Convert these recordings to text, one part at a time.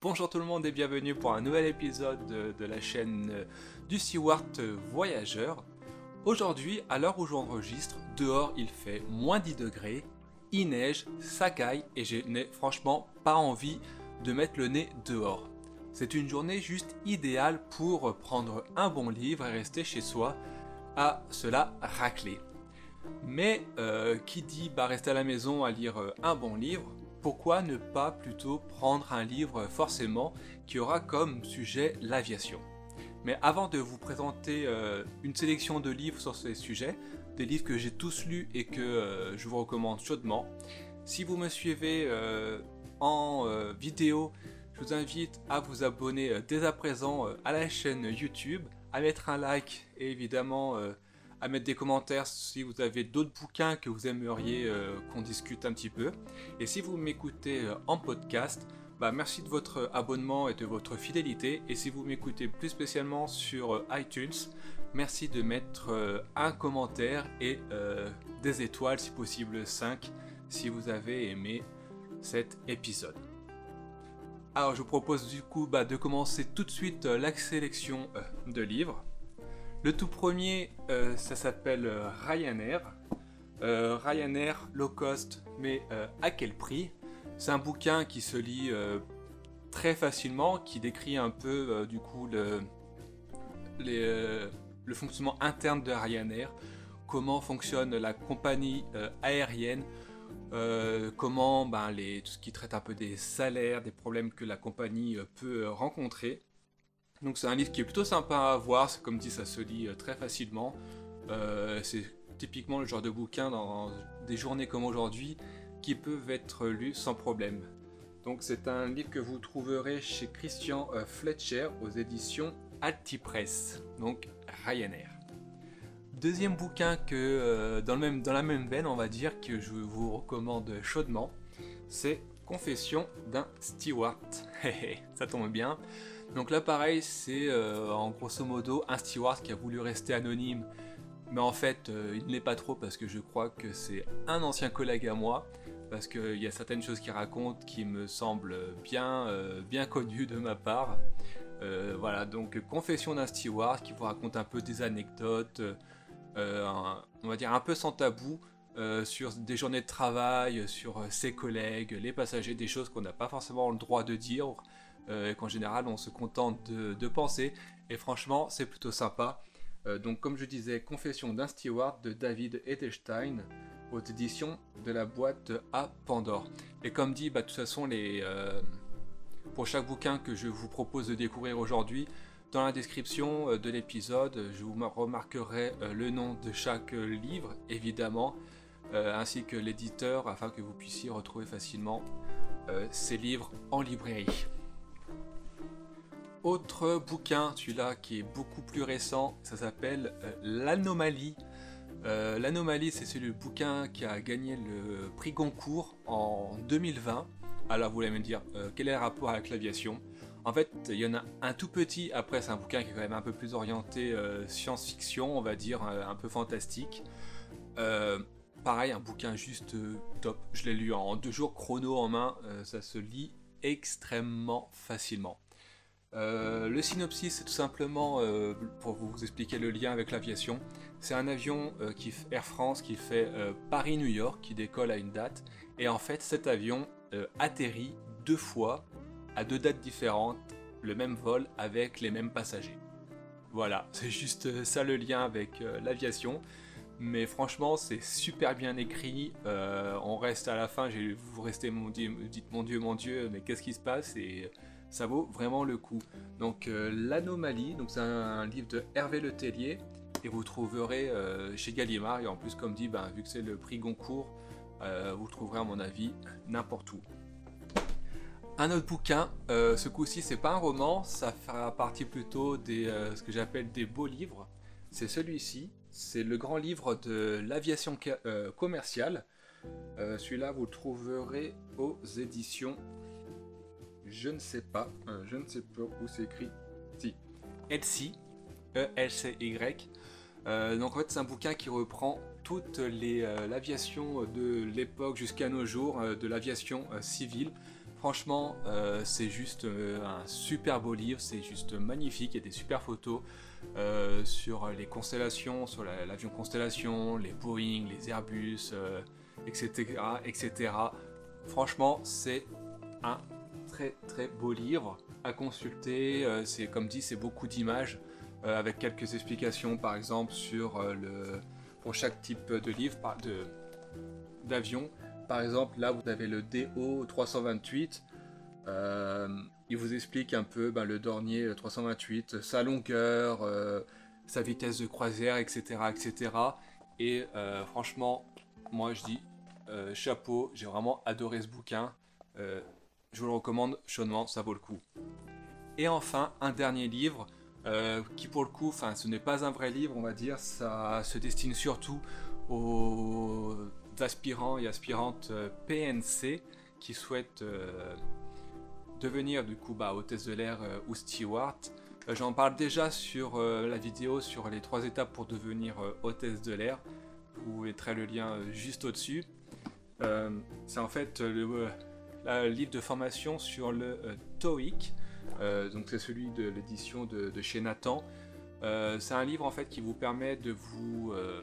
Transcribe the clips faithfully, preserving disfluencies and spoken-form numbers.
Bonjour tout le monde et bienvenue pour un nouvel épisode de, de la chaîne euh, du Stewart Voyageur. Aujourd'hui, à l'heure où j'enregistre, dehors il fait moins dix degrés, il neige, ça caille et je n'ai franchement pas envie de mettre le nez dehors. C'est une journée juste idéale pour prendre un bon livre et rester chez soi à cela racler. Mais euh, qui dit bah, rester à la maison à lire euh, un bon livre, pourquoi ne pas plutôt prendre un livre forcément qui aura comme sujet l'aviation? Mais avant de vous présenter euh, une sélection de livres sur ces sujets, des livres que j'ai tous lus et que euh, je vous recommande chaudement, si vous me suivez euh, en euh, vidéo, je vous invite à vous abonner euh, dès à présent euh, à la chaîne YouTube, à mettre un like et évidemment euh, à mettre des commentaires si vous avez d'autres bouquins que vous aimeriez euh, qu'on discute un petit peu. Et si vous m'écoutez euh, en podcast, bah merci de votre abonnement et de votre fidélité. Et si vous m'écoutez plus spécialement sur euh, iTunes, merci de mettre euh, un commentaire et euh, des étoiles, si possible cinq, si vous avez aimé cet épisode. Alors je vous propose du coup bah, de commencer tout de suite euh, la sélection euh, de livres. Le tout premier, euh, ça s'appelle euh, Ryanair. Euh, Ryanair, low cost, mais euh, à quel prix? C'est un bouquin qui se lit euh, très facilement, qui décrit un peu euh, du coup le, les, euh, le fonctionnement interne de Ryanair, comment fonctionne la compagnie euh, aérienne, euh, comment ben, les, tout ce qui traite un peu des salaires, des problèmes que la compagnie euh, peut rencontrer. Donc c'est un livre qui est plutôt sympa à voir, c'est comme dit ça se lit très facilement, euh, c'est typiquement le genre de bouquin dans des journées comme aujourd'hui qui peuvent être lus sans problème. Donc c'est un livre que vous trouverez chez Christian Fletcher aux éditions Altipress, donc Ryanair. Deuxième bouquin que euh, dans, le même, dans la même veine on va dire que je vous recommande chaudement, c'est Confession d'un Stewart. Ça tombe bien. Donc là pareil, c'est euh, en grosso modo un steward qui a voulu rester anonyme, mais en fait euh, il ne l'est pas trop parce que je crois que c'est un ancien collègue à moi, parce qu'il y a certaines choses qu'il raconte qui me semblent bien, euh, bien connues de ma part. Euh, voilà, donc Confession d'un steward qui vous raconte un peu des anecdotes, euh, un, on va dire un peu sans tabou, euh, sur des journées de travail, sur ses collègues, les passagers, des choses qu'on n'a pas forcément le droit de dire. Euh, et qu'en général on se contente de, de penser, et franchement c'est plutôt sympa. Euh, donc comme je disais, Confession d'un Steward de David Edelstein aux éditions de la boîte à Pandore. Et comme dit, bah, de toute façon les, euh, pour chaque bouquin que je vous propose de découvrir aujourd'hui, dans la description de l'épisode je vous remarquerai euh, le nom de chaque livre évidemment, euh, ainsi que l'éditeur, afin que vous puissiez retrouver facilement euh, ces livres en librairie. Autre bouquin, celui-là qui est beaucoup plus récent, ça s'appelle euh, L'Anomalie. Euh, L'Anomalie, c'est celui le bouquin qui a gagné le prix Goncourt en deux mille vingt. Alors vous allez me dire, euh, quel est le rapport avec l'aviation? En fait, il y en a un tout petit, après c'est un bouquin qui est quand même un peu plus orienté euh, science-fiction, on va dire, euh, un peu fantastique. Euh, pareil, un bouquin juste euh, top. Je l'ai lu en deux jours chrono en main, euh, ça se lit extrêmement facilement. Euh, le synopsis, c'est tout simplement, euh, pour vous expliquer le lien avec l'aviation, c'est un avion euh, qui fait Air France qui fait euh, Paris-New York, qui décolle à une date, et en fait cet avion euh, atterrit deux fois, à deux dates différentes, le même vol avec les mêmes passagers. Voilà, c'est juste ça le lien avec euh, l'aviation, mais franchement c'est super bien écrit, euh, on reste à la fin, j'ai, vous restez, mon Dieu, dites mon Dieu, mon Dieu, mais qu'est-ce qui se passe? Et ça vaut vraiment le coup. Donc euh, L'Anomalie, donc c'est un, un livre de Hervé Letellier, et vous trouverez euh, chez Gallimard, et en plus comme dit, ben, vu que c'est le prix Goncourt, euh, vous trouverez à mon avis n'importe où. Un autre bouquin, euh, ce coup-ci c'est pas un roman, ça fera partie plutôt des euh, ce que j'appelle des beaux livres. C'est celui-ci, c'est le grand livre de l'aviation euh, commerciale. Euh, celui-là vous le trouverez aux éditions... Je ne sais pas, euh, je ne sais pas où c'est écrit. Si, Elsie, E L C Y. Euh, donc en fait c'est un bouquin qui reprend toute les, euh, l'aviation de l'époque jusqu'à nos jours, euh, de l'aviation euh, civile. Franchement, euh, c'est juste euh, un super beau livre, c'est juste magnifique, il y a des super photos euh, sur les constellations, sur la- l'avion Constellation, les Boeing, les Airbus, euh, et cetera, et cetera. Franchement, c'est un très très beau livre à consulter. Euh, c'est comme dit, c'est beaucoup d'images euh, avec quelques explications, par exemple sur euh, le pour chaque type de livre, par- de d'avion. Par exemple, là vous avez le D O trois cent vingt-huit. Euh, il vous explique un peu ben, le Dornier trois cent vingt-huit, sa longueur, euh, sa vitesse de croisière, et cetera, et cetera. Et euh, franchement, moi je dis euh, chapeau, j'ai vraiment adoré ce bouquin. Euh, je vous le recommande chaudement, ça vaut le coup. Et enfin, un dernier livre euh, qui pour le coup, enfin, ce n'est pas un vrai livre, on va dire, ça se destine surtout aux aspirants et aspirantes euh, P N C qui souhaitent euh, devenir du coup bah, hôtesse de l'air euh, ou steward. Euh, J'en parle déjà sur euh, la vidéo sur les trois étapes pour devenir euh, hôtesse de l'air. Vous mettrez le lien euh, juste au-dessus. Euh, C'est en fait euh, le, euh, la- le livre de formation sur le euh, TOEIC. Euh, donc c'est celui de l'édition de, de chez Nathan. Euh, c'est un livre en fait qui vous permet de vous euh,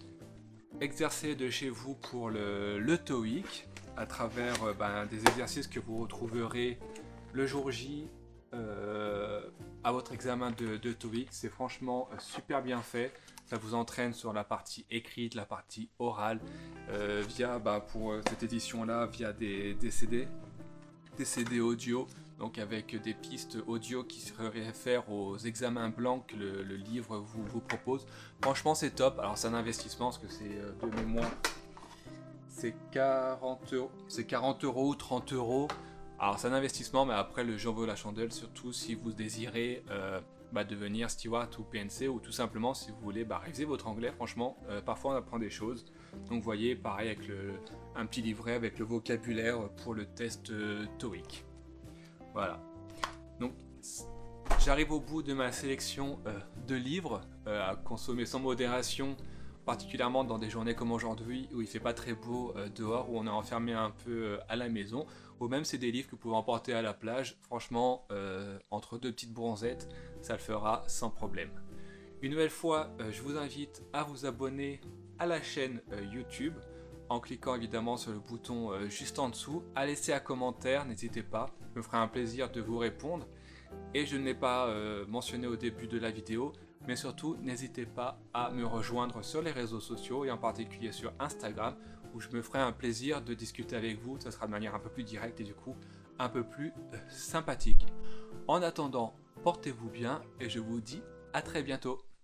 exercer de chez vous pour le, le TOEIC à travers euh, ben, des exercices que vous retrouverez le jour J euh, à votre examen de, de TOEIC. C'est franchement euh, super bien fait. Ça vous entraîne sur la partie écrite, la partie orale, euh, via bah, pour euh, cette édition-là, via des, des C D, des C D audio, donc avec des pistes audio qui se réfèrent aux examens blancs que le, le livre vous, vous propose. Franchement, c'est top. Alors, c'est un investissement parce que c'est euh, de mémoire, c'est quarante euros, c'est quarante euros ou trente euros. Alors, c'est un investissement, mais après, le jeu vaut la chandelle, surtout si vous désirez euh, bah, devenir steward ou P N C, ou tout simplement si vous voulez bah, réviser votre anglais. Franchement, euh, parfois on apprend des choses. Donc, vous voyez, pareil avec le, un petit livret avec le vocabulaire pour le test euh, TOEIC. Voilà. Donc, j'arrive au bout de ma sélection euh, de livres euh, à consommer sans modération, particulièrement dans des journées comme aujourd'hui où il fait pas très beau euh, dehors, où on est enfermé un peu euh, à la maison, ou même c'est des livres que vous pouvez emporter à la plage. Franchement, euh, entre deux petites bronzettes, ça le fera sans problème. Une nouvelle fois, euh, je vous invite à vous abonner à la chaîne euh, YouTube en cliquant évidemment sur le bouton euh, juste en dessous, à laisser un commentaire, n'hésitez pas, je me ferai un plaisir de vous répondre. Et je ne l'ai pas euh, mentionné au début de la vidéo, mais surtout n'hésitez pas à me rejoindre sur les réseaux sociaux et en particulier sur Instagram où je me ferai un plaisir de discuter avec vous. Ça sera de manière un peu plus directe et du coup un peu plus euh, sympathique. En attendant, portez-vous bien et je vous dis à très bientôt.